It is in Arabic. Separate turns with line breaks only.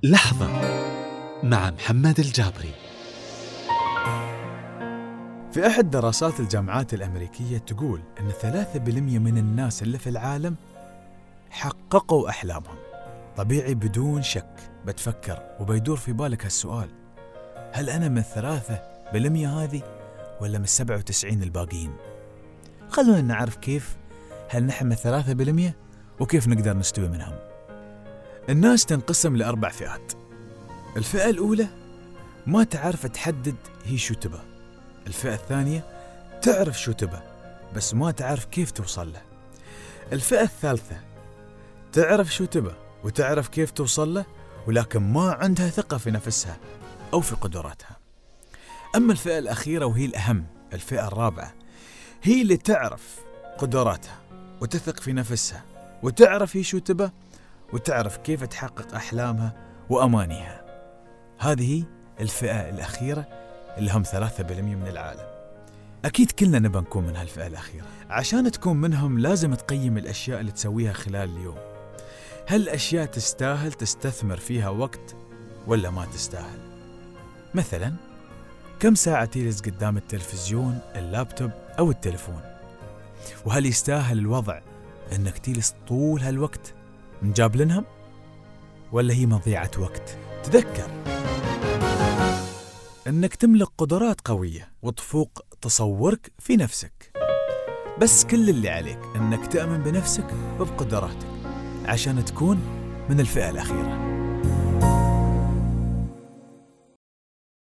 لحظة مع محمد الجابري.
في أحد دراسات الجامعات الأمريكية تقول أن 3% من الناس اللي في العالم حققوا أحلامهم. طبيعي بدون شك بتفكر وبيدور في بالك هالسؤال: هل أنا من 3% هذه ولا من 97 الباقيين؟ خلونا نعرف كيف هل نحن من 3% وكيف نقدر نستوي منهم. الناس تنقسم ل4 فئات. الفئة الأولى ما تعرف تحدد هي شو تبى. الفئة الثانية تعرف شو تبى بس ما تعرف كيف توصل له. الفئة الثالثة تعرف شو تبى وتعرف كيف توصل له ولكن ما عندها ثقة في نفسها أو في قدراتها. أما الفئة الأخيرة وهي الأهم، الفئة الرابعة، هي اللي تعرف قدراتها وتثق في نفسها وتعرف هي شو تبى وتعرف كيف تحقق أحلامها وأمانيها. هذه الفئة الأخيرة اللي هم 3% من العالم. أكيد كلنا نبى نكون من هالفئة الأخيرة. عشان تكون منهم لازم تقيم الأشياء اللي تسويها خلال اليوم. هل الأشياء تستاهل تستثمر فيها وقت ولا ما تستاهل؟ مثلا كم ساعة تجلس قدام التلفزيون، اللابتوب أو التلفون؟ وهل يستاهل الوضع أنك تجلس طول هالوقت مجابلنهم ولا هي مضيعة وقت؟ تذكر أنك تملك قدرات قوية وتفوق تصورك في نفسك، بس كل اللي عليك أنك تؤمن بنفسك وبقدراتك عشان تكون من الفئة الأخيرة.